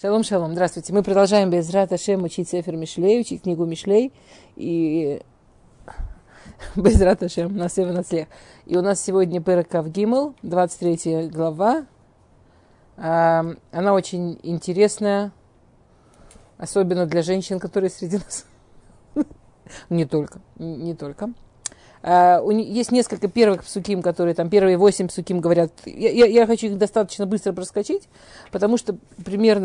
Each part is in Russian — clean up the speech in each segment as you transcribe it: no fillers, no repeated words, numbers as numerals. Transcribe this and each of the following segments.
Шалом, шалом. Здравствуйте. Мы продолжаем Безрат Ашем учить Сефер Мишлей, учить книгу Мишлей. И Безрат Ашем, на Север Нацлех. И у нас сегодня Перек Кав Гимел, 23 глава. Она очень интересная, особенно для женщин, которые среди нас. Не только. Есть несколько первых псуким, которые там, первые 8 псуким говорят. Я хочу их достаточно быстро проскочить, потому что примерно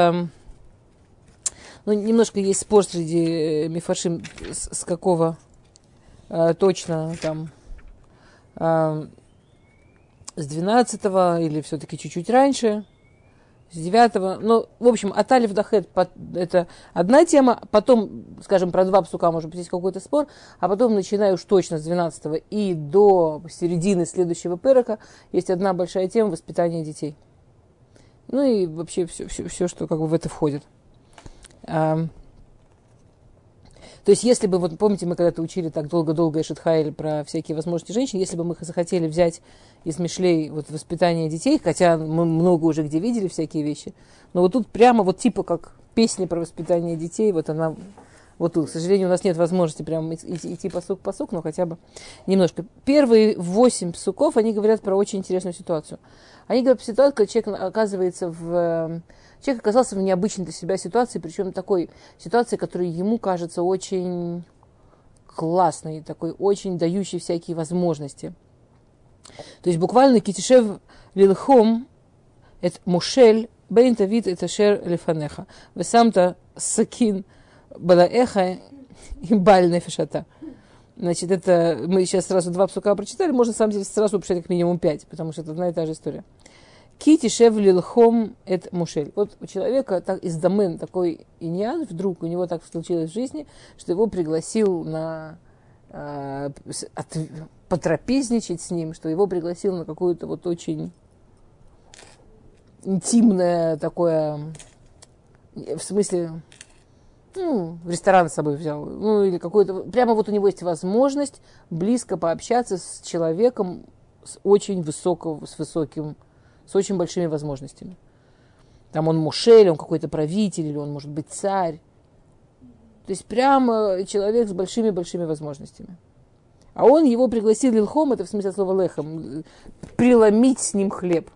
немножко есть спор среди мифаршим, с какого точно там, с 12-го или все-таки чуть-чуть раньше, с 9-го. Ну, в общем, от алиф до хет это одна тема, потом, скажем, про 2 псука, может быть, есть какой-то спор, а потом, начиная уж точно с 12-го и до середины следующего перека, есть одна большая тема — воспитания детей. Ну и вообще все, что как бы в это входит. То есть, если бы, вот помните, мы когда-то учили так долго-долго Эшетхайль про всякие возможности женщин, если бы мы захотели взять из Мишлей вот воспитание детей, хотя мы много уже где видели всякие вещи, но вот тут прямо вот типа как песня про воспитание детей, вот она вот тут. К сожалению, у нас нет возможности прямо идти пасук, но хотя бы немножко. Первые 8 псуков, они говорят про очень интересную ситуацию. Они говорят про ситуацию, когда человек оказался в необычной для себя ситуации, причем такой ситуации, которая ему кажется очень классной, такой очень дающей всякие возможности. То есть буквально китишев лилхом это мушель бейн тавид это шер лефанеха. Вы сам-то сакин балаэха и баль нефешата. Значит, это мы сейчас сразу 2 псука прочитали, можно на самом деле сразу прочитать как минимум 5, потому что это одна и та же история. Кити шев лилхом эт мушель. Вот у человека так, из домен такой иньян, вдруг у него так случилось в жизни, что его пригласил потрапезничать с ним, что его пригласил на какое-то вот очень интимное такое, в смысле, в ресторан с собой взял, или какой-то, прямо вот у него есть возможность близко пообщаться с человеком с очень с очень большими возможностями. Там он мушель, он какой-то правитель, или он может быть царь. То есть прямо человек с большими-большими возможностями. А он его пригласил лилхом, это в смысле слова лехом, преломить с ним хлеб.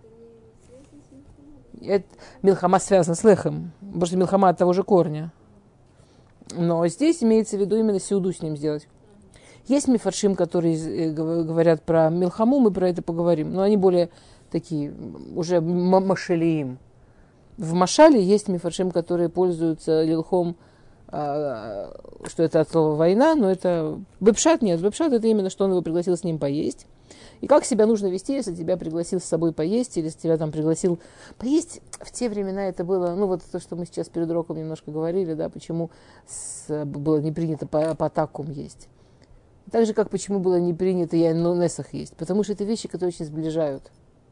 Это, милхама связана с лехом, потому что милхама от того же корня. Но здесь имеется в виду именно сеуду с ним сделать. Есть мифаршим, которые говорят про милхаму, мы про это поговорим, но они более такие, уже машалиим. В машале есть мифаршим, которые пользуются лилхом, что это от слова война, но это бепшат нет. Бепшат это именно, что он его пригласил с ним поесть. И как себя нужно вести, если тебя пригласил с собой поесть, или если тебя там пригласил поесть. В те времена это было, вот то, что мы сейчас перед уроком немножко говорили, да, почему было не принято по такум есть. Так же, как почему было не принято яйн-несах есть. Потому что это вещи, которые очень сближают.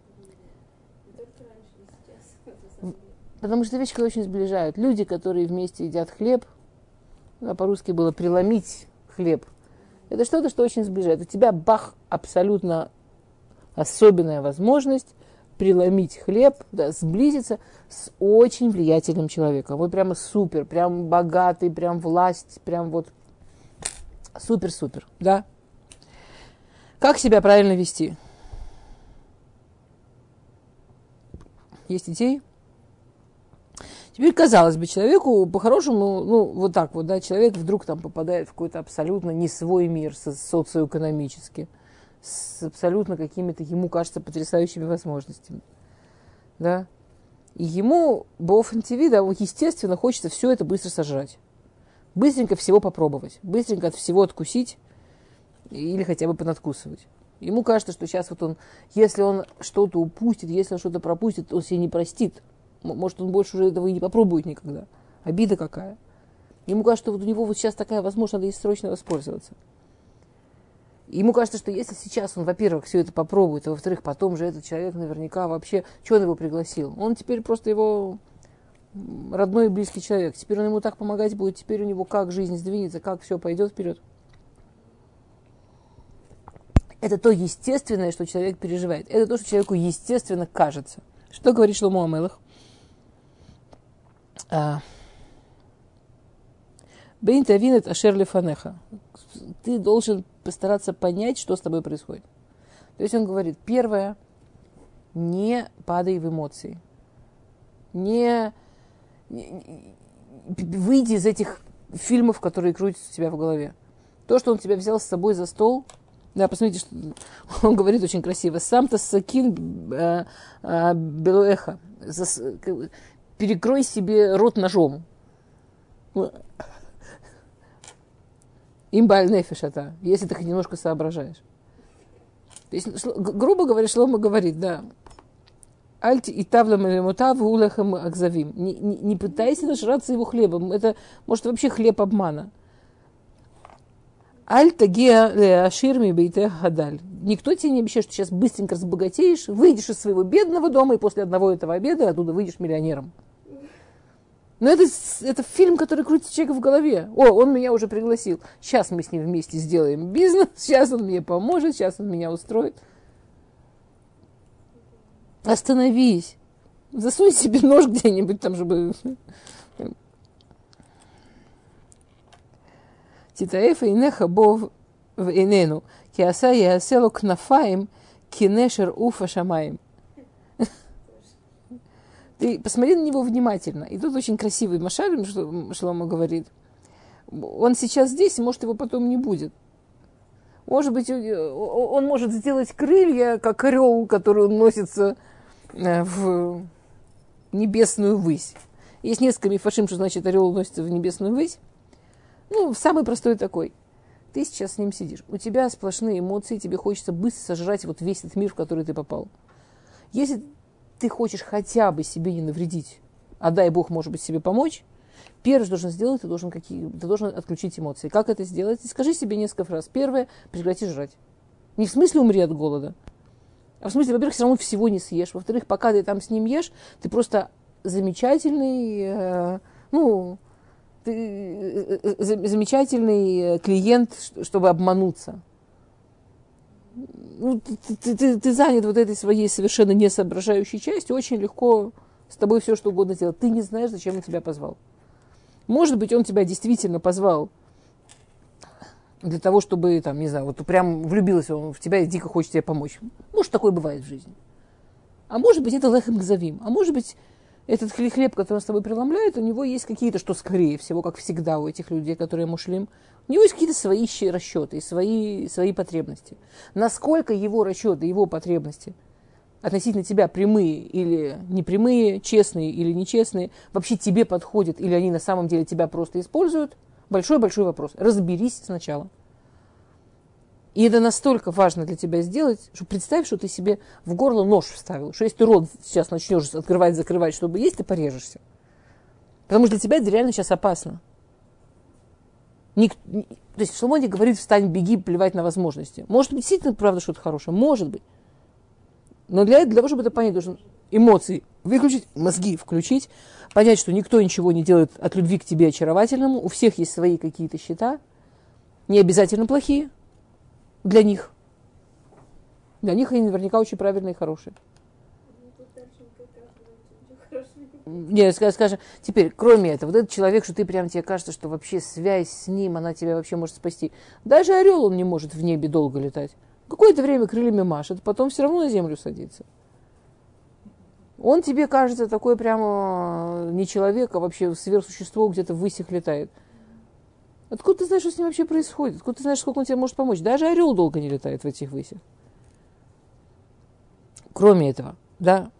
Потому что вещи, которые очень сближают. Люди, которые вместе едят хлеб, по-русски было преломить хлеб, это что-то, что очень сближает. У тебя абсолютно особенная возможность преломить хлеб, да, сблизиться с очень влиятельным человеком. Вот прямо супер, прям богатый, прям власть, прям вот супер-супер, да. Как себя правильно вести? Есть идеи? Теперь, казалось бы, человеку по-хорошему, вот так вот, да, человек вдруг там попадает в какой-то абсолютно не свой мир социоэкономически, с абсолютно какими-то, ему кажется, потрясающими возможностями, да. И ему, бофен ТВ, да, естественно, хочется все это быстро сожрать. Быстренько всего попробовать, быстренько от всего откусить или хотя бы понадкусывать. Ему кажется, что сейчас вот если он что-то упустит, если он что-то пропустит, он себе не простит. Может, он больше уже этого и не попробует никогда. Обида какая. Ему кажется, что вот у него вот сейчас такая возможность, надо ей срочно воспользоваться. Ему кажется, что если сейчас он, во-первых, все это попробует, а во-вторых, потом же этот человек наверняка вообще... Чего он его пригласил? Он теперь просто его родной и близкий человек. Теперь он ему так помогать будет, теперь у него как жизнь сдвинется, как все пойдет вперед. Это то естественное, что человек переживает. Это то, что человеку естественно кажется. Что говорит Шломо ха-Мелех? Бейн тавинет ашер лефанеха. Ты должен постараться понять, что с тобой происходит. То есть он говорит, первое, не падай в эмоции. Не выйди из этих фильмов, которые крутятся у тебя в голове. То, что он тебя взял с собой за стол, да, посмотрите, что он говорит очень красиво. Сам-то сакин белуэха. Перекрой себе рот ножом. Имбаль нефиш это, если ты хоть немножко соображаешь. То есть, грубо говоря, Шломо говорит, да, альти и тавлам мутав улехам акзавим. Не пытайся нажраться его хлебом. Это, может, вообще хлеб обмана. Альта геа леаширми бейте гадаль. Никто тебе не обещает, что сейчас быстренько разбогатеешь, выйдешь из своего бедного дома, и после одного этого обеда оттуда выйдешь миллионером. Но это фильм, который крутится человека в голове. О, он меня уже пригласил. Сейчас мы с ним вместе сделаем бизнес. Сейчас он мне поможет. Сейчас он меня устроит. Остановись. Засунь себе нож где-нибудь там, чтобы... Титаэфа и неха бов в инену. Киаса ясело кнафаем кинешер уфа шамаем. Ты посмотри на него внимательно. И тут очень красивый машаль, что Шломо говорит. Он сейчас здесь, и может его потом не будет. Может быть, он может сделать крылья, как орел, который носится в небесную высь. Есть несколько мифашим, что значит орел носится в небесную высь. Ну, самый простой такой. Ты сейчас с ним сидишь. У тебя сплошные эмоции, тебе хочется быстро сожрать вот весь этот мир, в который ты попал. Если ты хочешь хотя бы себе не навредить, а дай Бог, может быть, себе помочь, первое, что должен сделать, ты должен отключить эмоции. Как это сделать? Скажи себе несколько фраз. Первое, прекрати жрать. Не в смысле умри от голода, а в смысле, во-первых, все равно всего не съешь. Во-вторых, пока ты там с ним ешь, ты просто замечательный, замечательный клиент, чтобы обмануться. Ну, ты занят вот этой своей совершенно несоображающей частью, очень легко с тобой все, что угодно сделать. Ты не знаешь, зачем он тебя позвал. Может быть, он тебя действительно позвал для того, чтобы, там, не знаю, вот прям влюбился он в тебя и дико хочет тебе помочь. Может, такое бывает в жизни. А может быть, это лехем гзавим. А может быть, этот хлеб, который он с тобой преломляет, у него есть какие-то, что скорее всего, как всегда у этих людей, которые ему шлим, у него есть какие-то свои расчеты, свои потребности. Насколько его расчеты, его потребности относительно тебя прямые или непрямые, честные или нечестные, вообще тебе подходят, или они на самом деле тебя просто используют, большой-большой вопрос. Разберись сначала. И это настолько важно для тебя сделать, что представь, что ты себе в горло нож вставил, что если ты рот сейчас начнешь открывать, закрывать, чтобы есть, ты порежешься. Потому что для тебя это реально сейчас опасно. То есть Шломо не говорит встань, беги, плевать на возможности. Может быть, действительно, правда, что-то хорошее. Может быть. Но для того, чтобы это понять, должен эмоции выключить, мозги включить, понять, что никто ничего не делает от любви к тебе очаровательному. У всех есть свои какие-то счета. Не обязательно плохие. Для них. Для них они наверняка очень правильные и хорошие. Нет, скажем, теперь, кроме этого, вот этот человек, что ты прям тебе кажется, что вообще связь с ним, она тебя вообще может спасти. Даже орел, он не может в небе долго летать. Какое-то время крыльями машет, потом все равно на землю садится. Он тебе кажется такой прямо не человек, а вообще сверхсущество где-то ввысь летает. Откуда ты знаешь, что с ним вообще происходит? Откуда ты знаешь, сколько он тебе может помочь? Даже орел долго не летает в этих высях. Кроме этого, да,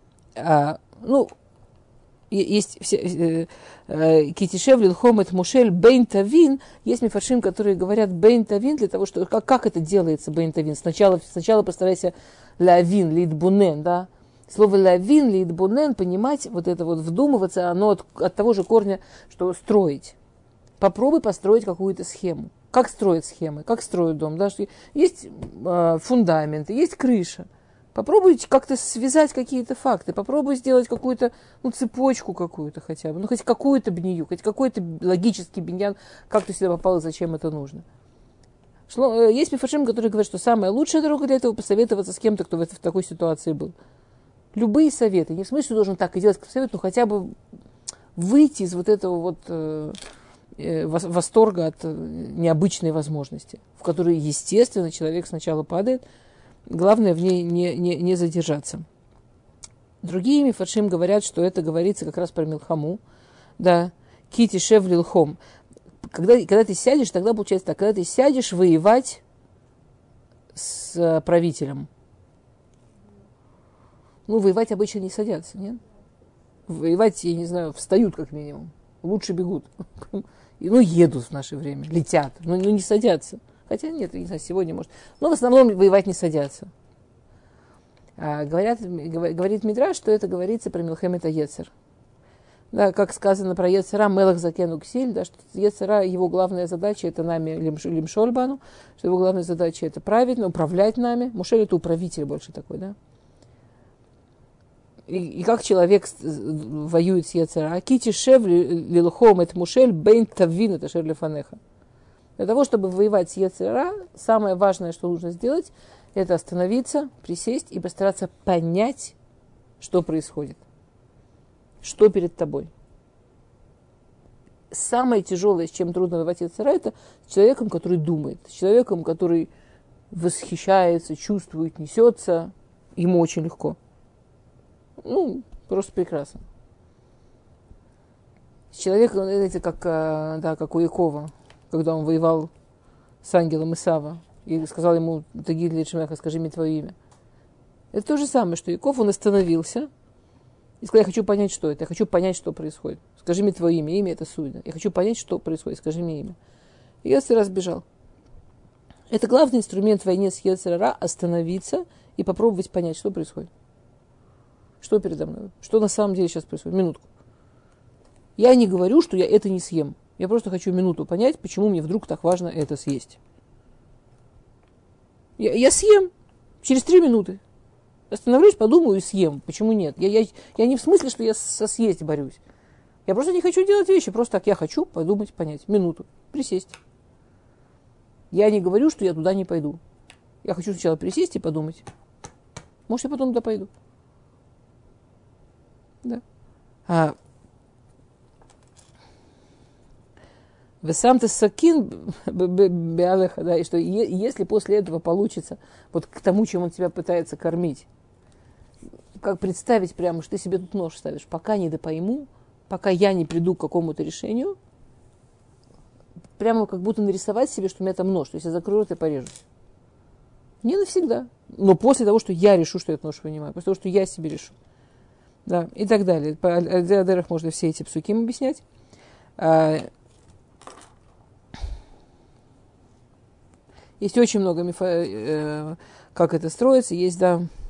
есть Китишев, Лилхомет, Мушель, Бейн Тавин. Есть мифаршим, которые говорят Бейн Тавин для того, что... Как это делается, Бейн Тавин? Сначала постарайся лавин, лидбунен, да. Слово лавин, лидбунен, понимать, вот это вот вдумываться, оно от того же корня, что строить. Попробуй построить какую-то схему. Как строят схемы, как строят дом. Да? Есть фундаменты, есть крыша. Попробуй как-то связать какие-то факты. Попробуй сделать какую-то цепочку какую-то хотя бы. Хоть какую-то бнию, хоть какой-то логический биньян, как ты сюда попал и зачем это нужно. Есть мифашим, которые говорят, что самая лучшая дорога для этого посоветоваться с кем-то, кто в такой ситуации был. Любые советы. Не в смысле, что должен так и делать, как совет, но хотя бы выйти из вот этого вот восторга от необычной возможности, в которой, естественно, человек сначала падает. Главное в ней не задержаться. Другие мифаршим говорят, что это говорится как раз про Милхаму. Да, кити шев лилхом. Когда ты сядешь, тогда получается так. Когда ты сядешь воевать с правителем. Ну, воевать обычно не садятся, нет? Воевать, я не знаю, встают как минимум. Лучше бегут. Ну, едут в наше время, летят. Но не садятся. Хотя нет, не знаю, сегодня может. Но в основном воевать не садятся. Говорит Мидраш, что это говорится про Милхемет Йецер. Да, как сказано про Йецера, Мелах Закен Уксиль, да, что Йецера, его главная задача это нами лимшольбану, что его главная задача это править, управлять нами. Мушель это управитель больше такой, да. И как человек воюет с Йецера. Акити шев лилхом это мушель бейн тавин это шер лефанеха. Для того, чтобы воевать с Йецера, самое важное, что нужно сделать, это остановиться, присесть и постараться понять, что происходит. Что перед тобой. Самое тяжелое, с чем трудно воевать Йецера, это с человеком, который думает, с человеком, который восхищается, чувствует, несется. Ему очень легко. Ну, просто прекрасно. С человеком, знаете, как у Якова, когда он воевал с ангелом Исава и сказал ему: «Тагид ли Шемеха, скажи мне твое имя». Это то же самое, что Яков, он остановился и сказал: «Я хочу понять, что это, я хочу понять, что происходит. Скажи мне твое имя, имя это судья. Я хочу понять, что происходит, скажи мне имя». И Йецер сбежал. Это главный инструмент в войне с Йецер-ара – остановиться и попробовать понять, что происходит. Что передо мной? Что на самом деле сейчас происходит? Минутку. Я не говорю, что я это не съем. Я просто хочу минуту понять, почему мне вдруг так важно это съесть. Я съем через 3 минуты. Остановлюсь, подумаю и съем. Почему нет? Я не в смысле, что я со съесть борюсь. Я просто не хочу делать вещи. Просто так я хочу подумать, понять. Минуту. Присесть. Я не говорю, что я туда не пойду. Я хочу сначала присесть и подумать. Может, я потом туда пойду. Да. Вы сам-то сакин беалеха, да, и что если после этого получится вот к тому, чем он тебя пытается кормить, как представить прямо, что ты себе тут нож ставишь, пока не допойму, пока я не приду к какому-то решению, прямо как будто нарисовать себе, что у меня там нож, то есть я закрою рот и порежусь. Не навсегда, но после того, что я решу, что этот нож вынимаю, после того, что я себе решу. Да, и так далее. По Аль-Адерах можно все эти псуким объяснять. Есть очень много как это строится. Есть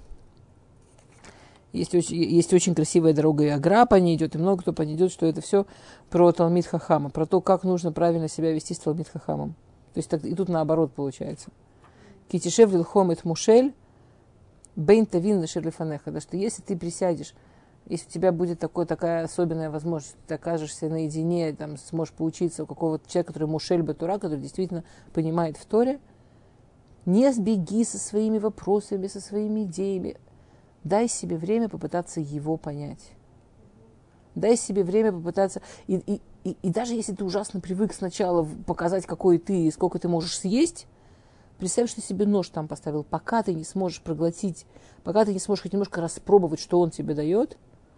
очень красивая дорога и Агра по ней идет, и много кто по ней идет, что это все про Талмид Хахама, про то, как нужно правильно себя вести с Талмид Хахамом. То есть и тут наоборот получается. Китишев лилхом эт мушель бейн тавин лешер лефанеха. Да, что если ты присядешь, если у тебя будет такая особенная возможность, ты окажешься наедине, там, сможешь поучиться у какого-то человека, который мушель батура, который действительно понимает в Торе, не сбеги со своими вопросами, со своими идеями. Дай себе время попытаться его понять. Дай себе время попытаться... И даже если ты ужасно привык сначала показать, какой ты и сколько ты можешь съесть, представь, что себе нож там поставил. Пока ты не сможешь проглотить, пока ты не сможешь хоть немножко распробовать, что он тебе дает,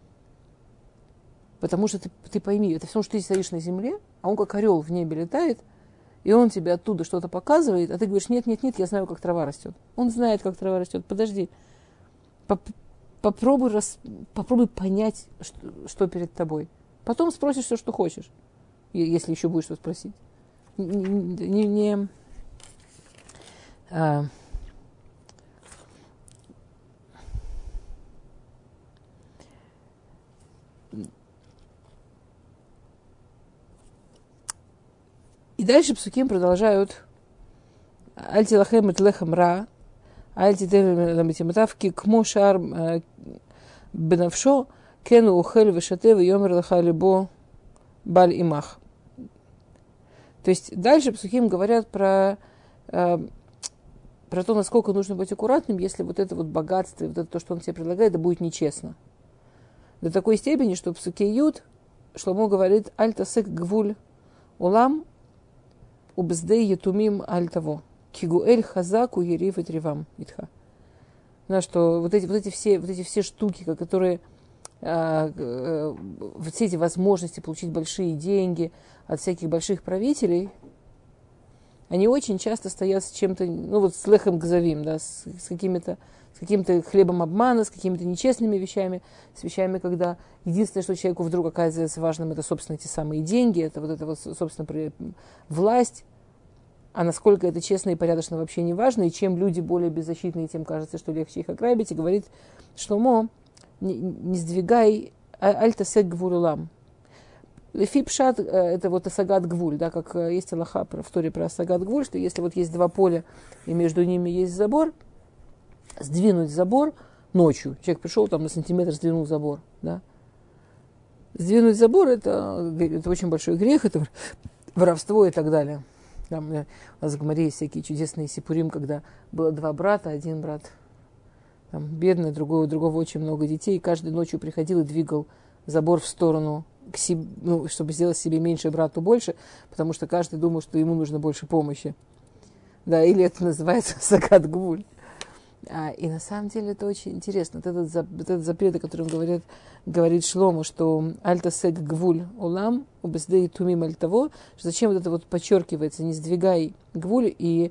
потому что ты пойми, это все, что ты стоишь на земле, а он как орел в небе летает, и он тебе оттуда что-то показывает, а ты говоришь: нет, я знаю, как трава растет. Он знает, как трава растет. Подожди. Попробуй понять, что перед тобой. Потом спросишь все, что хочешь, если еще будешь что спросить. И дальше псуким продолжают. Альти лахем эт лехем ра, альти тевем ламитиматавки кмо шар бенавшо кену ухель вешате вьомер лаха либо баль имах. То есть дальше псуким говорят про то, насколько нужно быть аккуратным, если вот это вот богатство, вот это то, что он тебе предлагает, это будет нечестно. До такой степени, что псуке Юд Шломо говорит, аль-тасек гвуль улам убздей ятумим аль-таво. Кигуэль хазаку ерив и тревам итха. Что вот эти все штуки, которые все эти возможности получить большие деньги от всяких больших правителей, они очень часто стоят с чем-то, ну вот с лехем гзавим, да, с каким-то хлебом обмана, с какими-то нечестными вещами, с вещами, когда единственное, что человеку вдруг оказывается важным, это, собственно, эти самые деньги, это вот, собственно, власть. А насколько это честно и порядочно, вообще не важно. И чем люди более беззащитные, тем кажется, что легче их ограбить. И говорит Шломо, не сдвигай аль-тасек гвуль улам. Лефипшат, это вот асагат гвуль, да, как есть алаха в Торе про асагат гвуль, что если вот есть два поля, и между ними есть забор, сдвинуть забор ночью. Человек пришел, там на сантиметр сдвинул забор, да. Сдвинуть забор, это очень большой грех, это воровство и так далее. Там, у нас в Гемаре есть всякие чудесные сипурим, когда было два брата, один брат там, бедный, у другого очень много детей, и каждой ночью приходил и двигал забор в сторону, к себе, ну, чтобы сделать себе меньше, брату больше, потому что каждый думал, что ему нужно больше помощи. Да, или это называется сагат гвуль. И на самом деле это очень интересно. Вот этот запрет, о котором говорит Шломо, что «Альтасек гвуль улам, убездей тумим аль-таво», что зачем вот это вот подчеркивается, не сдвигай гвуль и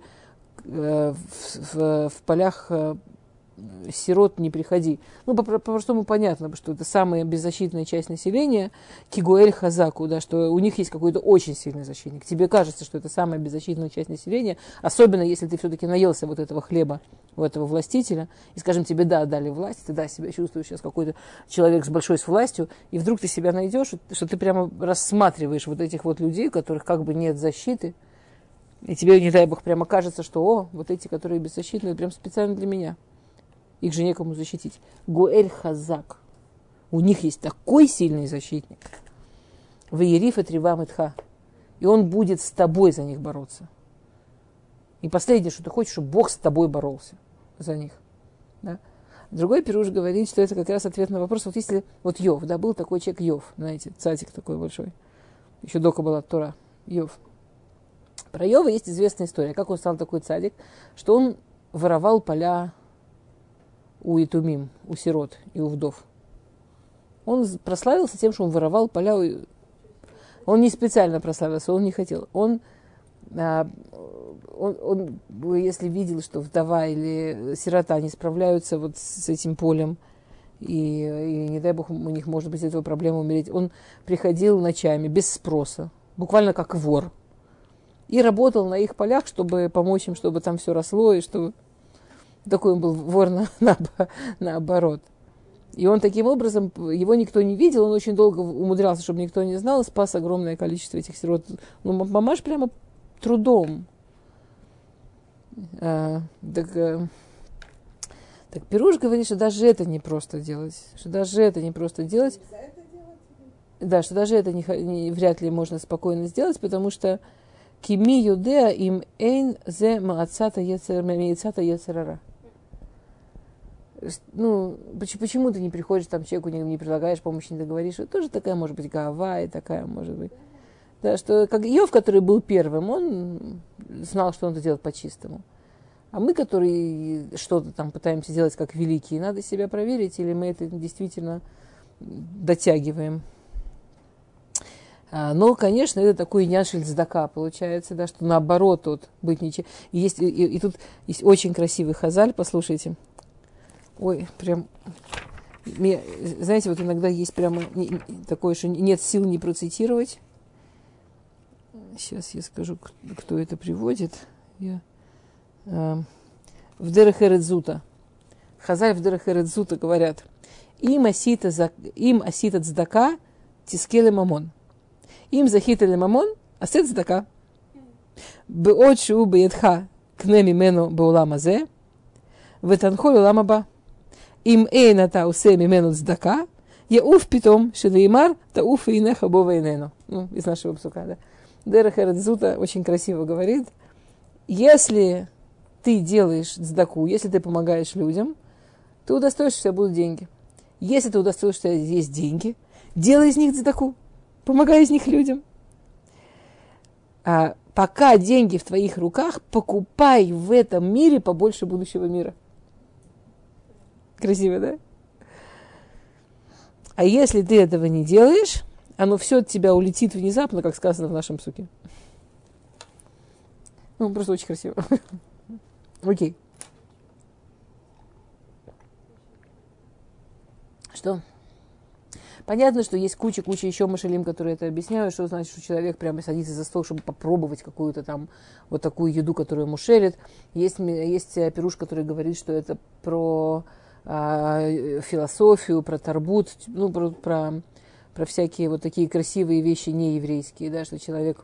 в полях сирот не приходи. Ну, по-простому понятно, что это самая беззащитная часть населения, кигуэль хазаку, да, что у них есть какой-то очень сильный защитник. Тебе кажется, что это самая беззащитная часть населения, особенно если ты все-таки наелся вот этого хлеба у этого властителя, и, скажем, тебе, да, дали власть, ты, да, себя чувствуешь сейчас какой-то человек с большой властью, и вдруг ты себя найдешь, что ты прямо рассматриваешь вот этих вот людей, у которых как бы нет защиты, и тебе, не дай бог, прямо кажется, что, вот эти, которые беззащитные, прям специально для меня. Их же некому защитить. Гуэль хазак. У них есть такой сильный защитник. Ваериф и тревам итха. И он будет с тобой за них бороться. И последнее, что ты хочешь, чтобы Бог с тобой боролся за них. Да? Другой пируш говорит, что это как раз ответ на вопрос. Вот если, вот Йов, да, был такой человек Йов, знаете, цадик такой большой. Еще дока была Тора. Йов. Про Йова есть известная история. Как он стал такой цадик, что он воровал поля у итумим, у сирот и у вдов. Он прославился тем, что он воровал поля. Он не специально прославился, он не хотел. Он если видел, что вдова или сирота не справляются вот с этим полем, и не дай бог, у них может быть из этого проблема умереть, он приходил ночами без спроса, буквально как вор, и работал на их полях, чтобы помочь им, чтобы там все росло, и чтобы... Такой он был вор наоборот. И он таким образом, его никто не видел, он очень долго умудрялся, чтобы никто не знал, и спас огромное количество этих сирот. Ну, мамаш прямо трудом. Так Пируш говорит, что даже это не просто делать. Да, что даже это вряд ли можно спокойно сделать, потому что кими юдеа им эйн зе маацата ецерара. Ну, почему ты не приходишь там человеку, не предлагаешь помощи, не договоришь? Это тоже такая, может быть, гава, и такая, может быть. Да, что как Йов, который был первым, он знал, что надо делать по-чистому. А мы, которые что-то там пытаемся делать как великие, надо себя проверить, или мы это действительно дотягиваем. Но, конечно, это такой няшель цдака получается, да, что наоборот тут быть ничего. И тут есть очень красивый хазаль, послушайте. Ой, прям, знаете, вот иногда есть прямо такое, что нет сил не процитировать. Сейчас я скажу, кто это приводит. В Дерех Эрец Зута. Хазаль в Дерех Эрец Зута говорят: им асита цдака тискеле мамон. Им захитали мамон, асет цдака. Беот шу беедха кнеми мену беулам азе, ветанхоль улам аба. Им эйна та усе мимену цдака, яуф питом шелеймар тауф инеха бова инену. Ну, из нашего псука, да. Дерех Эрец Зута очень красиво говорит: если ты делаешь цдаку, если ты помогаешь людям, ты удостоишься, у тебя будут деньги. Если ты удостоишься, есть деньги, делай из них цдаку. помогай из них людям. А пока деньги в твоих руках, покупай в этом мире побольше будущего мира. Красиво, да? А если ты этого не делаешь, оно все от тебя улетит внезапно, как сказано в нашем псуке. Ну, просто очень красиво. Окей. Что? Понятно, что есть куча еще машалим, которые это объясняют, что значит, что человек прямо садится за стол, чтобы попробовать какую-то там вот такую еду, которую ему шерит. Есть пируш, который говорит, что это про философию, про тарбут, ну, про всякие вот такие красивые вещи нееврейские, да, что человек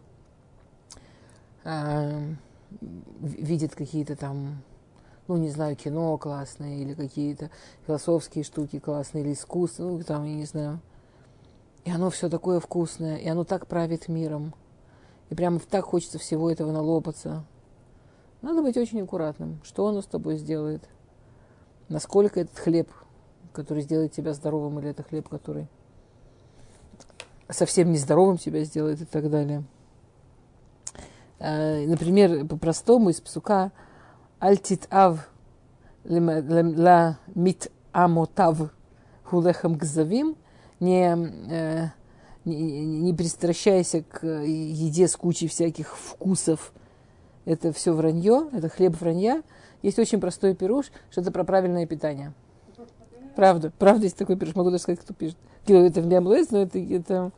видит какие-то там, ну, не знаю, кино классное, или какие-то философские штуки классные, или искусство, ну, там, я не знаю. И оно все такое вкусное, и оно так правит миром. И прямо так хочется всего этого налопаться. Надо быть очень аккуратным. Что оно с тобой сделает? Насколько этот хлеб, который сделает тебя здоровым, или это хлеб, который совсем нездоровым тебя сделает, и так далее. Например, по-простому из псука «Альтит ав ла мит амотав хулехам гзавим» не пристращайся к еде с кучей всяких вкусов. Это все вранье, это хлеб вранья. Есть очень простой пируш, что это про правильное питание. Правда есть такой пируш. Могу даже сказать, кто пишет. Это в Миамлес, но это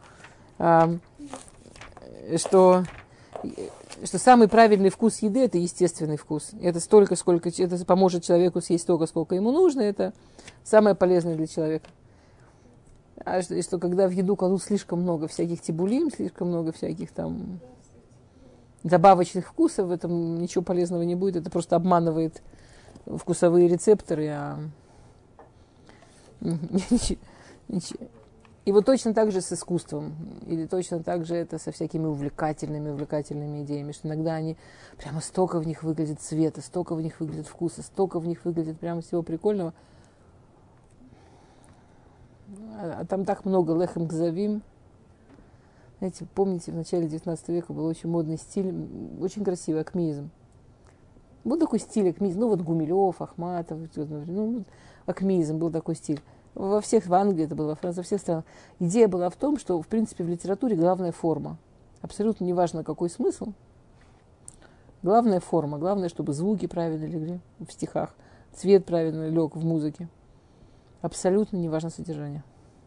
что самый правильный вкус еды – это естественный вкус. Это столько, сколько это поможет человеку съесть столько, сколько ему нужно. Это самое полезное для человека. И что когда в еду кладут слишком много всяких тибулим, слишком много всяких там добавочных вкусов, в этом ничего полезного не будет. Это просто обманывает вкусовые рецепторы. И вот точно так же с искусством. Или точно так же это со всякими увлекательными идеями. Что иногда они прямо столько в них выглядит цвета, столько в них выглядит вкуса, столько в них выглядит прямо всего прикольного. А там так много лехем гзавим. Знаете, помните, в начале 19 века был очень модный стиль, очень красивый, акмеизм. Был такой стиль акмеизм, ну вот Гумилев, Ахматов, ну, акмеизм был такой стиль. В Англии это было, во Франции, во всех странах. Идея была в том, что, в принципе, в литературе главная форма. Абсолютно неважно, какой смысл. Главная форма. Главное, чтобы звуки правильно легли в стихах, цвет правильно лег в музыке. Абсолютно неважно содержание.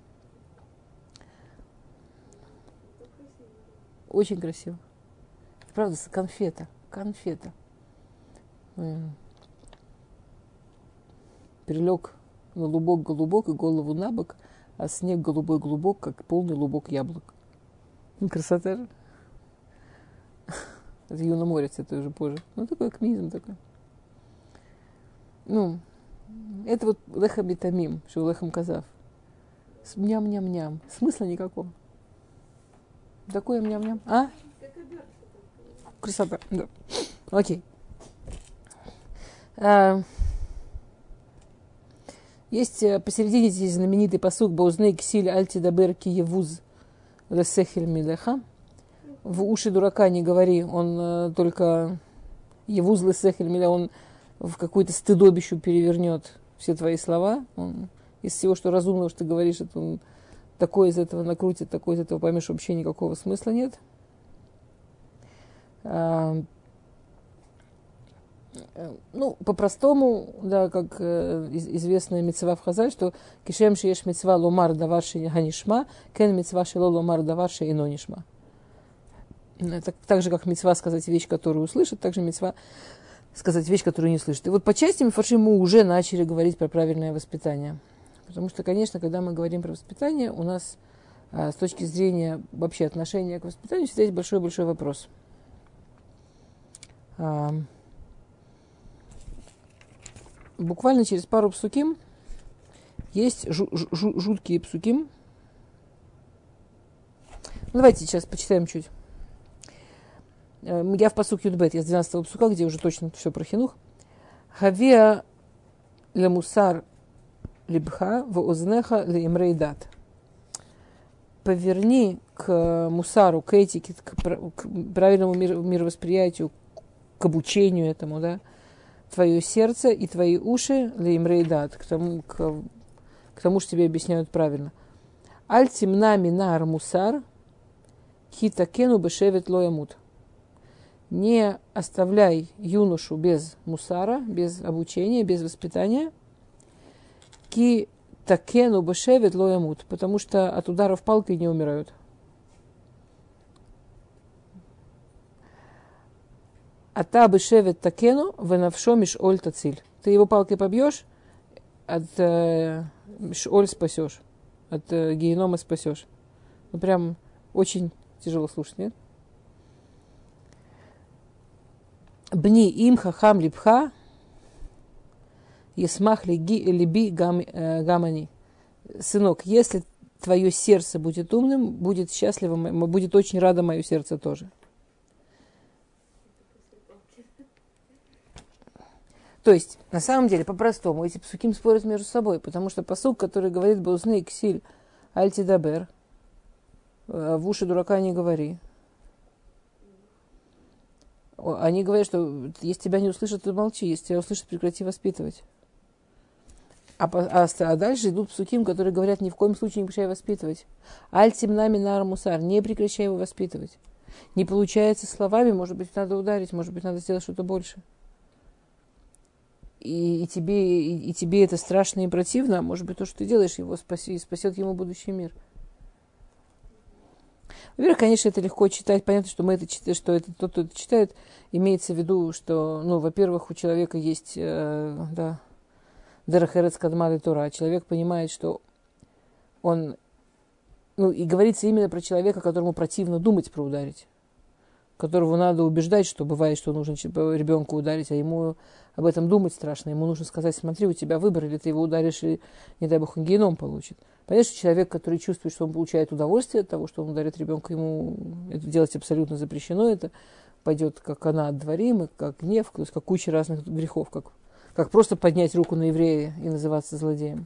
Очень красиво. Правда, конфета. Перелег на лубок голубок и голову на бок, а снег голубой глубок, как полный лубок яблок. Красота же. Это Юноморец, это уже позже. Ну, такой акмеизм такой. Ну, это вот лехам битамим, что лехам казав. Ням-ням-ням. Смысла никакого. Такое ням-ням. А? Красота, да. Окей. Есть посередине здесь знаменитый пасук «Баузней ксиль альти дабер ки евуз лесехель милеха». В уши дурака не говори, он только евуз лесехель милеха, он в какую-то стыдобищу перевернет все твои слова. Он из всего, что разумного, что ты говоришь, это он такое из этого накрутит, такое из этого поймешь, вообще никакого смысла нет. Ну, по-простому, да, как известная мицва в Хазаль, что кишем шиеш мицва ломар даварши ганишма, кен мицва шило ломар даварши ино нишма. Это так же, как мицва сказать вещь, которую услышит, так же мицва сказать вещь, которую не слышит. И вот по части мифаршим мы уже начали говорить про правильное воспитание. Потому что, конечно, когда мы говорим про воспитание, у нас с точки зрения вообще отношения к воспитанию всегда есть большой-большой вопрос. Буквально через пару псуким есть жуткие псуким. Давайте сейчас почитаем чуть. Я в пасук Юдбет, я с 12-го псука, где уже точно все про хинух. Хавия лемусар либха в ознеха леимрей дат. поверни к мусару, к этике, к правильному мировосприятию, к обучению этому, да, твое сердце и твои уши леймрейдат, к тому, что тебе объясняют правильно. Аль тимна минар мусар хитакену бешевет лоямут. Не оставляй юношу без мусара, без обучения, без воспитания. Ки такену бешевет лоямут, потому что от ударов палкой не умирают. Ата бешевет такену венавшо мишоль тациль. Ты его палкой побьешь, от мишоль спасешь, от генома спасешь. Ну прям очень тяжело слушать, нет? Бни им хахам липха, есмах либи гамани. Сынок, если твое сердце будет умным, будет счастливым, будет очень радо мое сердце тоже. То есть, на самом деле, по-простому, эти псуким спорят между собой, потому что пасук, который говорит «Баузны ксиль альтидабер», в уши дурака не говори. Они говорят, что если тебя не услышат, то молчи, если тебя услышат, прекрати воспитывать. А дальше идут псуким, которые говорят, ни в коем случае не прекращай воспитывать. Аль-тимна минар мусар, не прекращай его воспитывать. Не получается словами, может быть, надо ударить, может быть, надо сделать что-то больше. И тебе это страшно и противно, а может быть, то, что ты делаешь, его спасет ему будущий мир. Во-первых, конечно, это легко читать. Понятно, что мы это читаем, что это тот, кто это читает, имеется в виду, что, ну, во-первых, у человека есть, Дерех эрец кадма ле-Тора. Человек понимает, что он, ну, и говорится именно про человека, которому противно думать про ударить, которого надо убеждать, что бывает, что нужно ребенка ударить, а ему об этом думать страшно. Ему нужно сказать: смотри, у тебя выбор, или ты его ударишь, и, не дай бог, он геном получит. Понятно, что человек, который чувствует, что он получает удовольствие от того, что он ударит ребенка, ему это делать абсолютно запрещено, это пойдет как она от дворим, как гнев, то есть как куча разных грехов, как просто поднять руку на еврея и называться злодеем.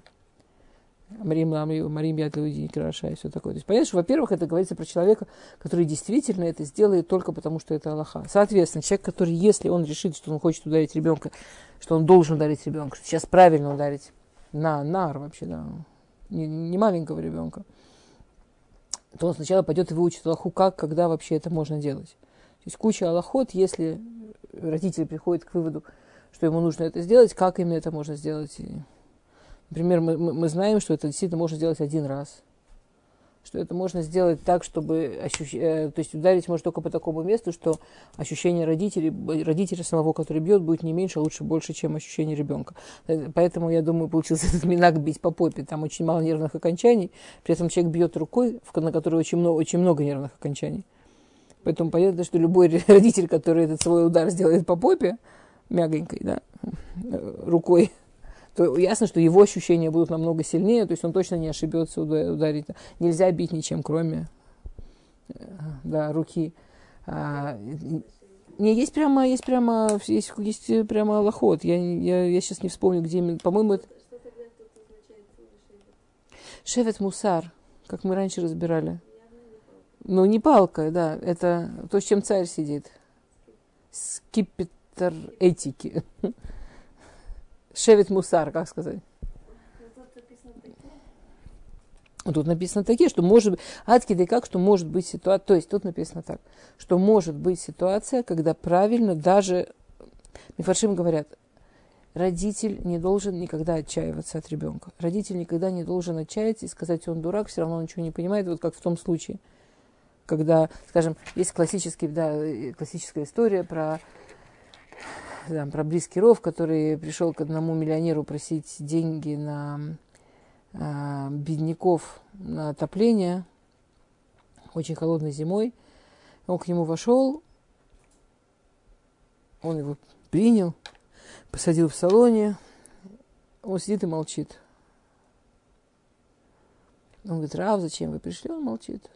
Марим яд люди краша и все такое. То есть, понятно, что, во-первых, это говорится про человека, который действительно это сделает только потому, что это Аллаха. Соответственно, человек, который, если он решит, что он хочет ударить ребенка, что он должен ударить ребенка, что сейчас правильно ударить на нар вообще, да, не маленького ребенка, то он сначала пойдет и выучит Аллаху, когда вообще это можно делать. То есть куча аллахот, если родитель приходит к выводу, что ему нужно это сделать, как именно это можно сделать. Например, мы знаем, что это действительно можно сделать один раз. Что это можно сделать так, чтобы то есть ударить можно только по такому месту, что ощущение родителя самого, который бьет, будет не меньше, а лучше больше, чем ощущение ребенка. Поэтому, я думаю, получился этот минак бить по попе. Там очень мало нервных окончаний. При этом человек бьет рукой, на которой очень много нервных окончаний. Поэтому понятно, что любой родитель, который этот свой удар сделает по попе, мягонькой, да, рукой, то ясно, что его ощущения будут намного сильнее, то есть он точно не ошибется ударить. Нельзя бить ничем, кроме руки. Есть прямо аллахот. Я сейчас не вспомню, где именно. По-моему, это шевет мусар, как мы раньше разбирали. Ну, не палка, да. Это то, с чем царь сидит. Скипетр этики. Шевет мусар, как сказать? Тут написано такие, что может быть, адкиды как, что может быть ситуация, то есть тут написано так, что может быть ситуация, когда правильно даже, мифаршим говорят, родитель не должен никогда отчаиваться от ребенка. Родитель никогда не должен отчаяться и сказать, он дурак, все равно он ничего не понимает, вот как в том случае, когда, скажем, есть классическая история про близкий ров, который пришел к одному миллионеру просить деньги на бедняков на отопление очень холодной зимой. Он к нему вошел, он его принял, посадил в салоне, он сидит и молчит. Он говорит: Рав, зачем вы пришли? Он молчит.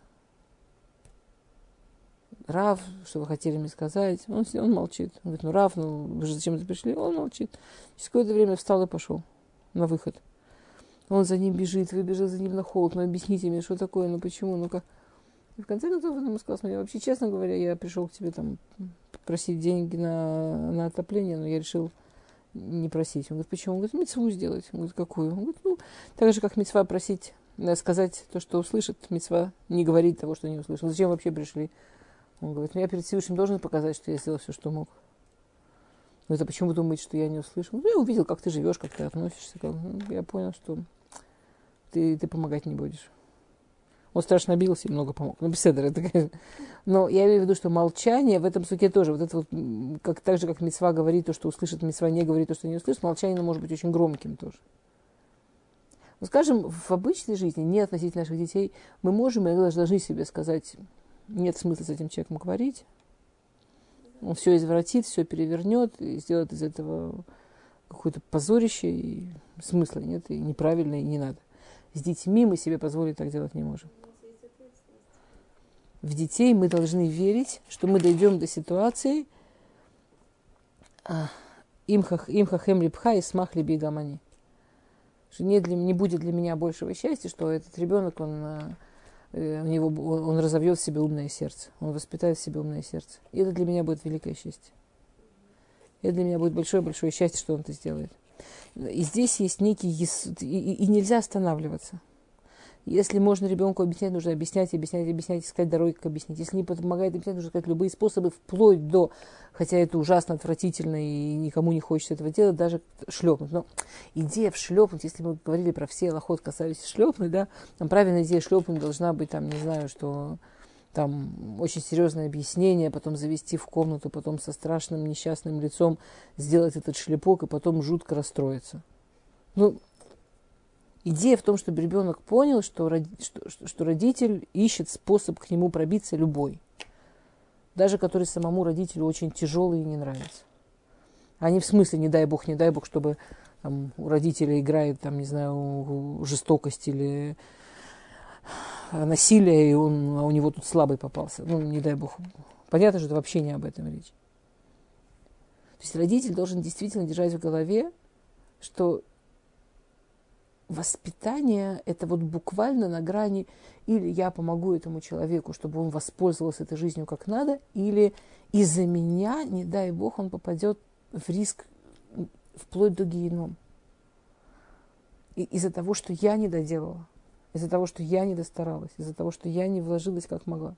Рав, что вы хотели мне сказать? Он молчит. Он говорит: Рав, вы же зачем вы пришли? Он молчит. Через какое-то время встал и пошел на выход. Он за ним бежит, выбежал за ним на холод, ну объясните мне, что такое, ну почему, ну как. И в конце концов он ему сказал, смотри, вообще, честно говоря, я пришел к тебе там просить деньги на отопление, но я решил не просить. Он говорит, почему? Он говорит, мицву сделать. Он говорит, какую? Он говорит, ну, так же, как мицва просить, сказать то, что услышит, мицва не говорить того, что не услышал. Зачем вообще пришли? Он говорит, ну, я перед Всевышним должен показать, что я сделал все, что мог. Он говорит, а почему вы думаете, что я не услышал? Ну, я увидел, как ты живешь, как ты относишься. Я понял, что ты помогать не будешь. Он страшно обиделся и много помог. Ну, беседа, это, конечно. Но я имею в виду, что молчание в этом суке тоже, вот это вот, как, так же, как мицва говорит то, что услышит, мицва не говорит то, что не услышит, молчание может быть очень громким тоже. Но, скажем, в обычной жизни, не относительно наших детей, мы можем и должны себе сказать, нет смысла с этим человеком говорить. Он все извратит, все перевернет и сделает из этого какое-то позорище, и смысла нет, и неправильно, и не надо. С детьми мы себе позволить так делать не можем. В детей мы должны верить, что мы дойдем до ситуации им хахем липха и смах либи гамани. Что не будет для меня большего счастья, что этот ребенок, он разовьет в себе умное сердце. Он воспитает в себе умное сердце. И это для меня будет великое счастье. Это для меня будет большое-большое счастье, что он это сделает. И здесь есть некий... И нельзя останавливаться. Если можно ребенку объяснять, нужно объяснять, искать дороги, как объяснить. Если не помогает объяснять, нужно искать любые способы, вплоть до, хотя это ужасно, отвратительно, и никому не хочется этого делать, даже шлепнуть. Но идея в шлепнуть, если мы говорили про все алахот, касающиеся шлепнуть, да, там правильная идея шлепнуть должна быть, там, не знаю, что там очень серьезное объяснение, потом завести в комнату, потом со страшным несчастным лицом сделать этот шлепок, и потом жутко расстроиться. Ну, идея в том, чтобы ребенок понял, что родитель ищет способ к нему пробиться любой. Даже который самому родителю очень тяжелый и не нравится. А не в смысле, не дай бог, чтобы там, у родителя играет, там, не знаю, жестокость или насилие, и а у него тут слабый попался. Ну, не дай бог. Понятно, что это вообще не об этом речь. То есть родитель должен действительно держать в голове, что воспитание – это вот буквально на грани или я помогу этому человеку, чтобы он воспользовался этой жизнью как надо, или из-за меня, не дай бог, он попадет в риск вплоть до генома. И из-за того, что я не доделала, из-за того, что я не достаралась, из-за того, что я не вложилась как могла.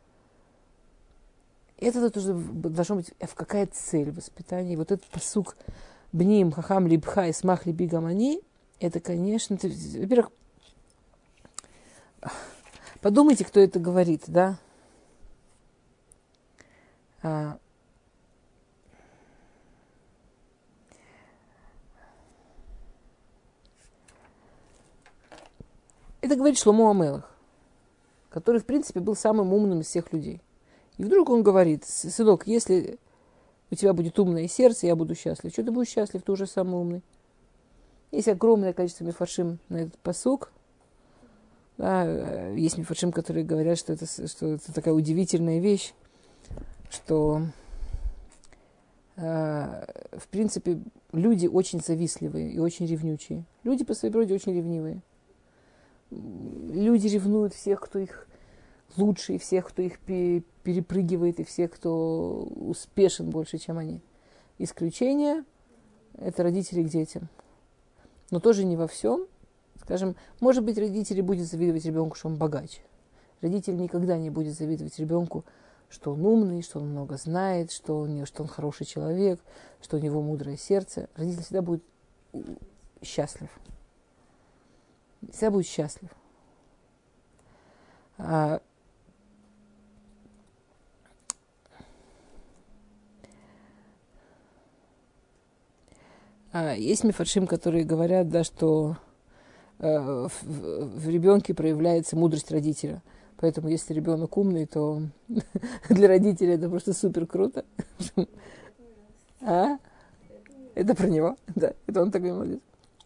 Это тоже должно быть какая цель воспитания. Вот этот пасук «Бним хахам либха и смах либи гамани» это, конечно, во-первых, подумайте, кто это говорит, да? Это говорит Шломо ха-Мелех, который, в принципе, был самым умным из всех людей. И вдруг он говорит: сынок, если у тебя будет умное сердце, я буду счастлив. Что ты будешь счастлив? Ты уже самый умный. Есть огромное количество мифаршим на этот пасук. Да, есть мифаршим, которые говорят, что это такая удивительная вещь, что, в принципе, люди очень завистливые и очень ревнючие. Люди по своей природе очень ревнивые. Люди ревнуют всех, кто их лучше, и всех, кто их перепрыгивает, и всех, кто успешен больше, чем они. Исключение – это родители к детям. Но тоже не во всем. Скажем, может быть, родители будут завидовать ребенку, что он богаче. Родитель никогда не будет завидовать ребенку, что он умный, что он много знает, что он хороший человек, что у него мудрое сердце. Родитель всегда будет счастлив. Всегда будет счастлив. Есть мифаршим, которые говорят, да, что в ребенке проявляется мудрость родителя. Поэтому, если ребенок умный, то для родителей это просто супер круто. Это про него? Да, это он такой молодец.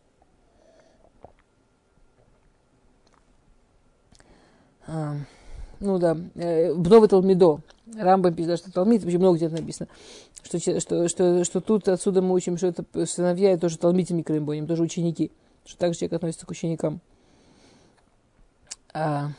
Ну да, Бновый Талмидо. Рамбам пишет, что Талмид, очень много где написано, что тут отсюда мы учим, что это сыновья, это тоже Талмид и Микроимбоним, тоже ученики. что так же человек относится к ученикам. В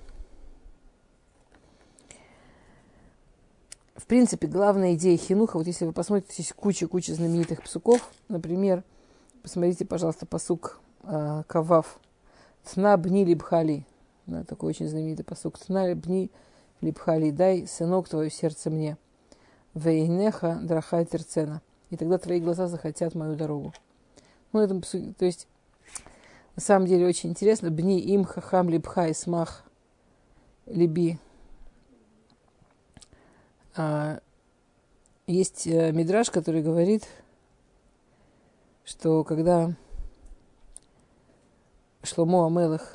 принципе, главная идея хинуха, вот если вы посмотрите, есть куча знаменитых псуков, например, посмотрите, пожалуйста, пасук Кавав. Тна бни либхали. Да, такой очень знаменитый пасук. Тна бни либхали. Дай, сынок, твое сердце мне. Вейнеха драхай терцена. И тогда твои глаза захотят мою дорогу. Ну, это, то есть, на самом деле, очень интересно. Бни им хахам либхай смах либи. Есть мидраш, который говорит, что когда Шломо Амелех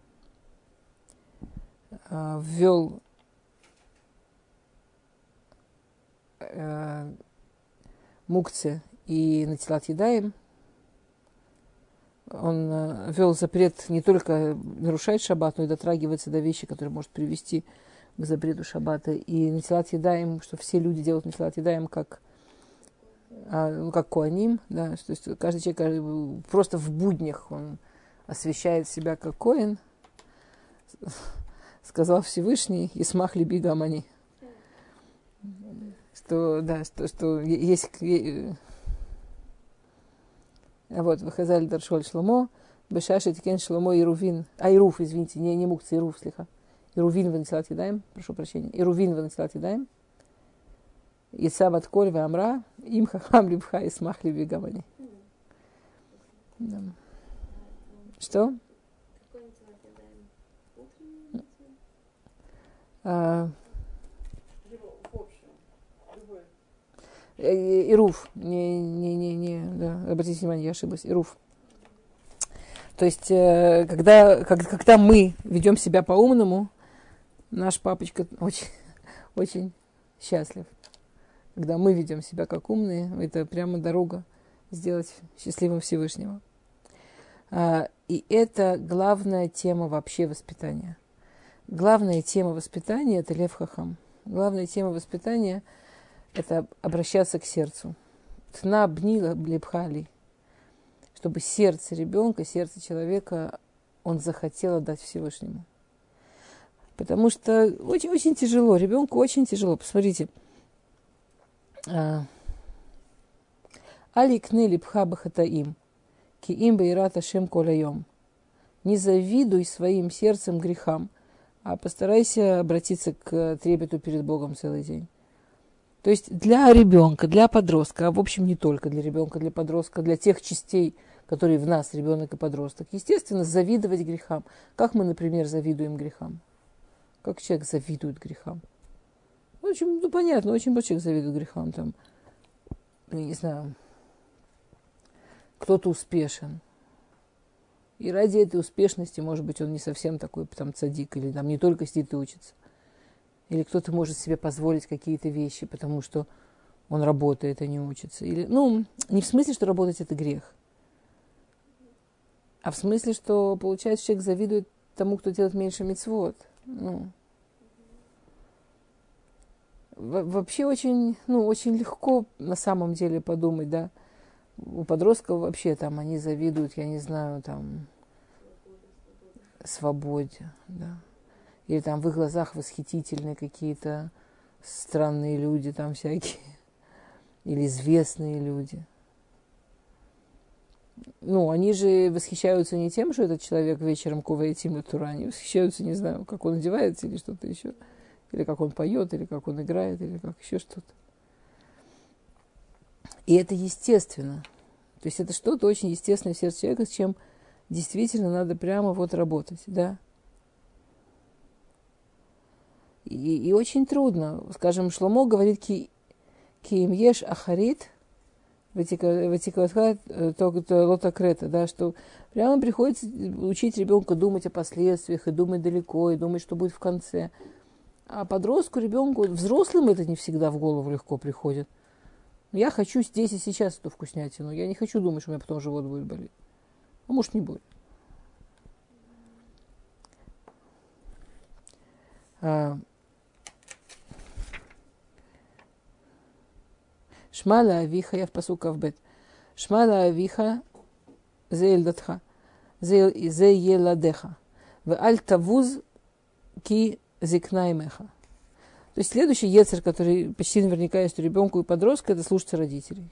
ввел мукце и натилат едаем, он ввел запрет не только нарушать шаббат, но и дотрагиваться до вещи, которые может привести к запрету шаббата. И натилат едаем, что все люди делают натилат едаем как коаним, да, то есть каждый человек просто в буднях он освящает себя как коэн, сказал Всевышний, и смах либи гамани. Что, да, что есть... Вот, выхазаль даршоль шломо, бешаши тикен шломо ирувин, ируф, извините, не мукция, ируф, слиха. Ирувин венесилат едаем, прошу прощения, ирувин венесилат едаем. Ица батколь вамра, им хахам либха и смах либи гамани. Что? Ируф. Да, обратите внимание, я ошиблась. Ируф. То есть, когда мы ведем себя по-умному, наш папочка очень, очень счастлив. Когда мы ведем себя как умные, это прямо дорога сделать счастливым Всевышнего. И это главная тема вообще воспитания. Главная тема воспитания – это Лев Хахам. Главная тема воспитания – это обращаться к сердцу. Тна бнила блебхали. Чтобы сердце ребенка, сердце человека, он захотел отдать Всевышнему. Потому что очень, очень тяжело. Ребенку очень тяжело. Посмотрите. Али кны либха бахатаим. Ки им бейрат ашем коляйом. Не завидуй своим сердцем грехам, а постарайся обратиться к трепету перед Богом целый день. То есть для ребенка, для подростка, а в общем не только для ребенка, для подростка, для тех частей, которые в нас, ребенок и подросток, естественно, завидовать грехам. Как мы, например, завидуем грехам? Как человек завидует грехам? Очень, понятно, очень много человек завидует грехам. Там, я не знаю, кто-то успешен. И ради этой успешности, может быть, он не совсем такой там цадик, или там не только сидит и учится. Или кто-то может себе позволить какие-то вещи, потому что он работает, а не учится. Или, не в смысле, что работать это грех, а в смысле, что, получается, человек завидует тому, кто делает меньше мицвот. Вообще очень, очень легко на самом деле подумать, да. У подростков вообще там они завидуют, я не знаю, там, свободе, да. Или там в их глазах восхитительные какие-то странные люди там всякие. Или известные люди. Они же восхищаются не тем, что этот человек вечером куваетим и тура, они восхищаются, не знаю, как он одевается или что-то еще. Или как он поет, или как он играет, или как еще что-то. И это естественно. То есть это что-то очень естественное в сердце человека, с чем действительно надо прямо работать, да. И очень трудно. Скажем, Шломо говорит, ки им еш ахарит, ватикаватха лотакрета, да, что прямо приходится учить ребенка думать о последствиях, и думать далеко, и думать, что будет в конце. А подростку, ребенку, взрослым это не всегда в голову легко приходит. Я хочу здесь и сейчас эту вкуснятину. Я не хочу думать, что у меня потом живот будет болеть. А может, не будет. Шмала авиха, я в пасук авбет. Шмала авиха зе эльдатха. зе еладеха. В аль тавуз ки зикнаймеха. То есть следующий ецер, который почти наверняка есть у ребенка и подростка, это слушаться родителей.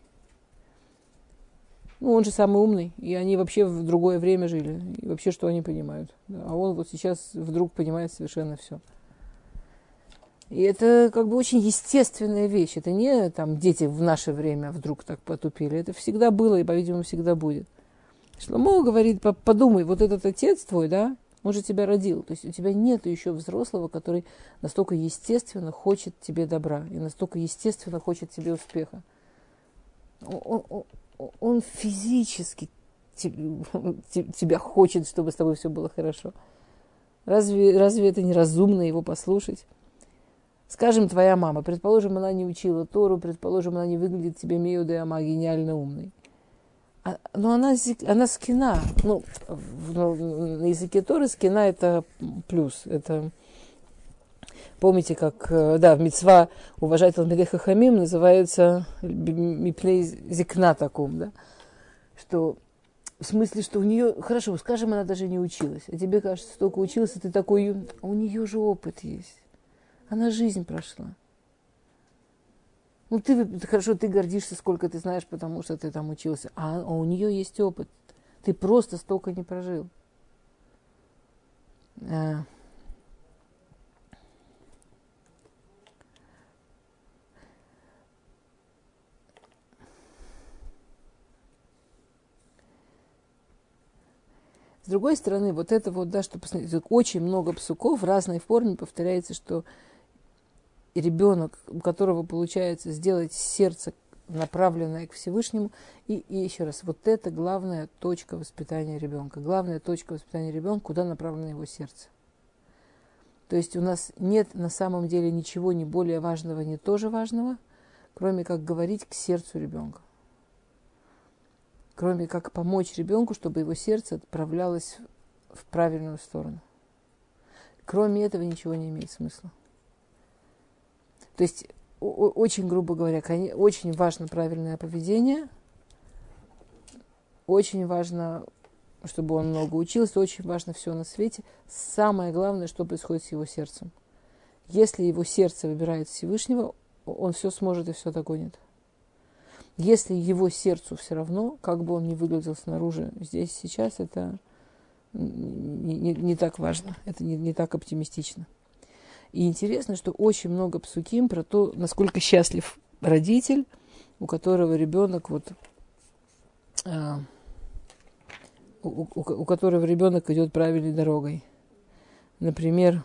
Ну, он же самый умный, и они вообще в другое время жили, и вообще что они понимают. А он вот сейчас вдруг понимает совершенно все. И это как бы очень естественная вещь. Это не там дети в наше время вдруг так потупили. Это всегда было и, по-видимому, всегда будет. Шломо говорит, подумай, вот этот отец твой, да, он же тебя родил. То есть у тебя нет еще взрослого, который настолько естественно хочет тебе добра и настолько естественно хочет тебе успеха. Он физически тебя хочет, чтобы с тобой все было хорошо. Разве это не разумно его послушать? Скажем, твоя мама, предположим, она не учила Тору, предположим, она не выглядит тебе меюдой, ама гениально умной. Но она скина. Ну, на языке Торы скина это плюс. Это, помните, как в мицва уважать Талмидей Хахамим называется мипней зикна таком, да? Что в смысле, что у нее, хорошо, скажем, она даже не училась, а тебе кажется, столько училась, и ты такой, а у нее же опыт есть. Она жизнь прошла. Ну, хорошо, ты гордишься, сколько ты знаешь, потому что ты там учился. А у нее есть опыт. Ты просто столько не прожил. С другой стороны, вот это вот, да, что посмотрите, очень много псуков в разной форме повторяется, что ребенок, у которого получается сделать сердце, направленное к Всевышнему, и еще раз, вот это главная точка воспитания ребенка. Главная точка воспитания ребенка, куда направлено его сердце. То есть у нас нет на самом деле ничего ни более важного, ни тоже важного, кроме как говорить к сердцу ребенка. Кроме как помочь ребенку, чтобы его сердце отправлялось в правильную сторону. Кроме этого ничего не имеет смысла. То есть, очень грубо говоря, очень важно правильное поведение, очень важно, чтобы он много учился, очень важно все на свете. Самое главное, что происходит с его сердцем. Если его сердце выбирает Всевышнего, он все сможет и все догонит. Если его сердцу все равно, как бы он ни выглядел снаружи, здесь, сейчас, это не так важно, это не так оптимистично. И интересно, что очень много псуким про то, насколько счастлив родитель, у которого ребенок у которого ребенок идет правильной дорогой. Например,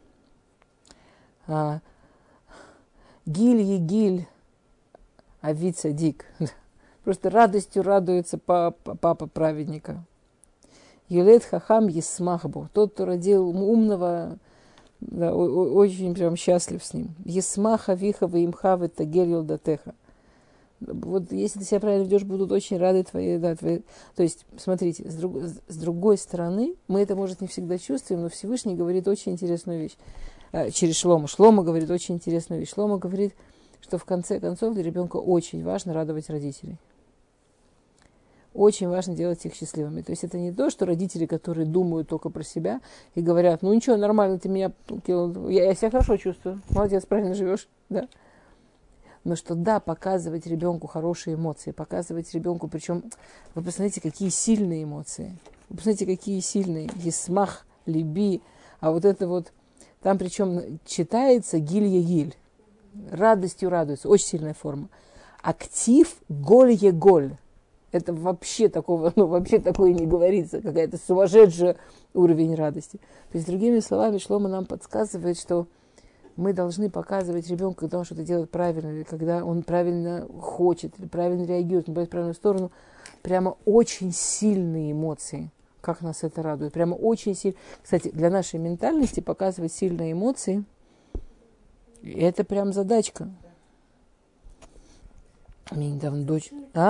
Гиль, Авид Садик. Просто радостью радуется папа праведника. Юлет Хахам Есмахбу. Тот, кто родил умного, да, очень прям счастлив с ним. Есмаха Вихава Имхава Тагель Йолдатеха. Вот если ты себя правильно ведешь, будут очень рады твои. То есть, смотрите, с другой стороны, мы это, может, не всегда чувствуем, но Всевышний говорит очень интересную вещь. Через Шломо. Шломо говорит очень интересную вещь. Шломо говорит, что в конце концов для ребенка очень важно радовать родителей. Очень важно делать их счастливыми. То есть это не то, что родители, которые думают только про себя и говорят, ну ничего, нормально, ты меня, я себя хорошо чувствую, молодец, правильно живешь, да. Но что да, показывать ребенку хорошие эмоции, показывать ребенку, причем, вы посмотрите, какие сильные эмоции. Вы посмотрите, какие сильные. Есмах, либи, а вот это вот, там причем читается гиль-е-гиль. Радостью радуется, очень сильная форма. Актив голь-е-голь. Это вообще такого, вообще такое не говорится, какая-то сумасшедший уровень радости. То есть, другими словами, Шломо нам подсказывает, что мы должны показывать ребенку, когда он что-то делает правильно, или когда он правильно хочет, или правильно реагирует, в правильную сторону, прямо очень сильные эмоции. Как нас это радует. Прямо очень сильно. Кстати, для нашей ментальности показывать сильные эмоции, это прям задачка. Мне недавно дочь...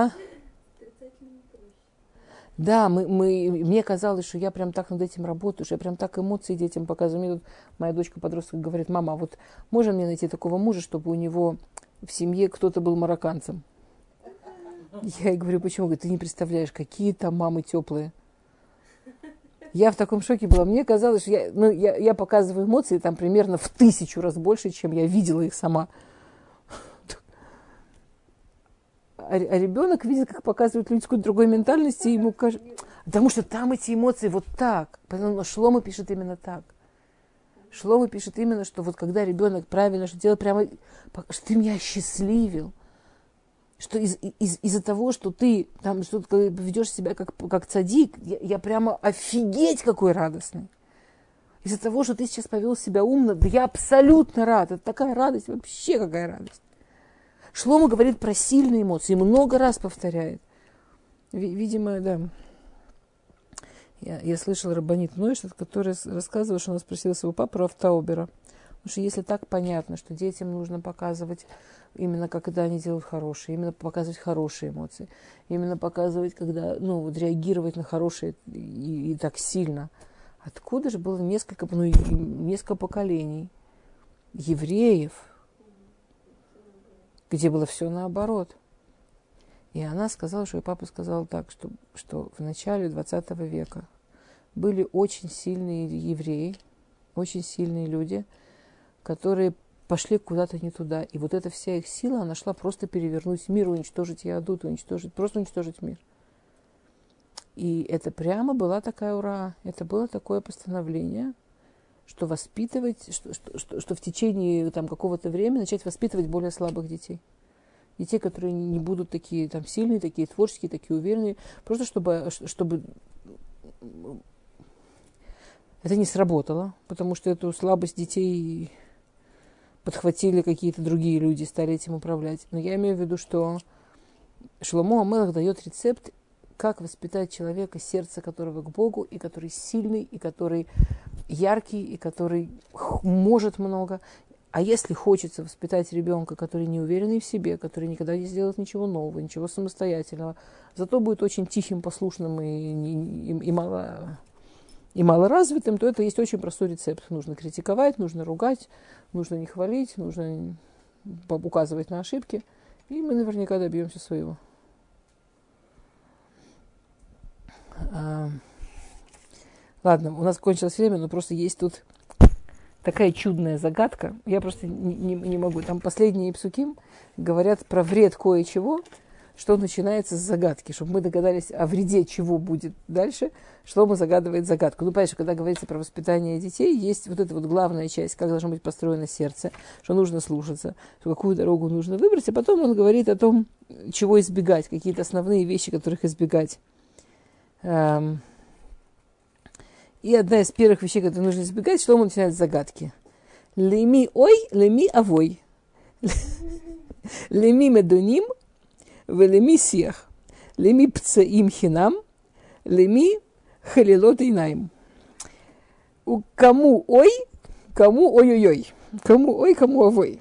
Да, мне казалось, что я прям так над этим работаю, что я прям так эмоции детям показываю. Мне тут моя дочка-подросток говорит, мама, а вот можно мне найти такого мужа, чтобы у него в семье кто-то был марокканцем? Я ей говорю, почему? Говорит, ты не представляешь, какие там мамы теплые. Я в таком шоке была. Мне казалось, что я показываю эмоции там примерно в 1000 раз больше, чем я видела их сама. А ребенок видит, как показывают люди с какой-то другой ментальности, и ему кажется... Потому что там эти эмоции вот так. Поэтому Шломо пишет именно так. Шломо пишет именно, что вот когда ребенок правильно что делает, прямо, что ты меня осчастливил. Что из-за того, что ты там что-то ведешь себя как цадик, я прямо офигеть какой радостный. Из-за того, что ты сейчас повел себя умно, да я абсолютно рад. Это такая радость, вообще какая радость. Шломо говорит про сильные эмоции, много раз повторяет. Видимо, да. Я слышала Рабанит Нойштадт, который рассказывал, что он спросил своего папу Рафтаубера. Потому что если так понятно, что детям нужно показывать именно, когда они делают хорошие, именно показывать хорошие эмоции, именно показывать, когда, реагировать на хорошие и так сильно. Откуда же было несколько поколений евреев, где было все наоборот. И она сказала, что ее папа сказал так, что в начале 20 века были очень сильные евреи, очень сильные люди, которые пошли куда-то не туда. И вот эта вся их сила, она шла просто перевернуть мир, уничтожить Яадут, просто уничтожить мир. И это прямо была такая ура, это было такое постановление, что воспитывать, что в течение какого-то времени начать воспитывать более слабых детей. Детей, которые не будут такие сильные, такие творческие, такие уверенные. Просто чтобы это не сработало, потому что эту слабость детей подхватили какие-то другие люди, стали этим управлять. Но я имею в виду, что Шломо ха-Мелех дает рецепт, как воспитать человека, сердце которого к Богу, и который сильный, и который яркий, и который может много. А если хочется воспитать ребенка, который не уверенный в себе, который никогда не сделает ничего нового, ничего самостоятельного, зато будет очень тихим, послушным и малоразвитым, то это есть очень простой рецепт. Нужно критиковать, нужно ругать, нужно не хвалить, нужно указывать на ошибки, и мы наверняка добьемся своего. Ладно, у нас кончилось время, но просто есть тут такая чудная загадка. Я просто не могу. Там последние псуким говорят про вред кое-чего, что начинается с загадки, чтобы мы догадались о вреде, чего будет дальше, что мы загадывает загадку. Понимаешь, когда говорится про воспитание детей, есть вот эта вот главная часть, как должно быть построено сердце, что нужно слушаться, что какую дорогу нужно выбрать, а потом он говорит о том, чего избегать, какие-то основные вещи, которых избегать. И одна из первых вещей, которые нужно избегать, что он начинает с загадки. Леми ой, леми авой. Леми медуним, велеми сиях. Леми пцаим хинам, леми халилот инайм. Кому ой, кому ой-ой-ой. Кому ой, кому авой.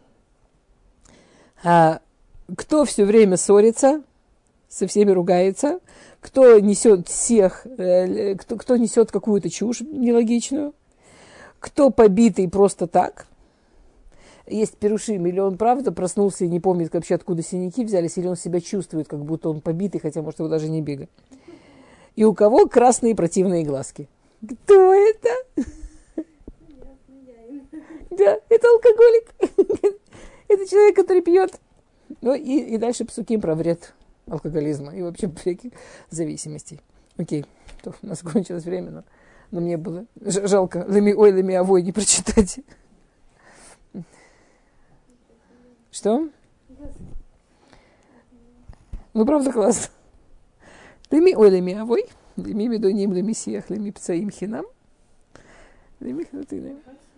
Кто все время ссорится, со всеми ругается, кто несет всех, кто несет какую-то чушь нелогичную, кто побитый просто так. Есть Перушим, или он правда проснулся и не помнит вообще, откуда синяки взялись, или он себя чувствует, как будто он побитый, хотя, может, его даже не били. И у кого красные противные глазки. Кто это? Да, это алкоголик. Это человек, который пьет. Ну и дальше псуким про вред алкоголизма и вообще всяких зависимостей. Окей, то у нас кончилось время, но мне было жалко леми авой не прочитать. Что? Ну, правда, классно. Леми авой, леми медуним, леми сиях, леми пцаим хинам, леми хнутынам.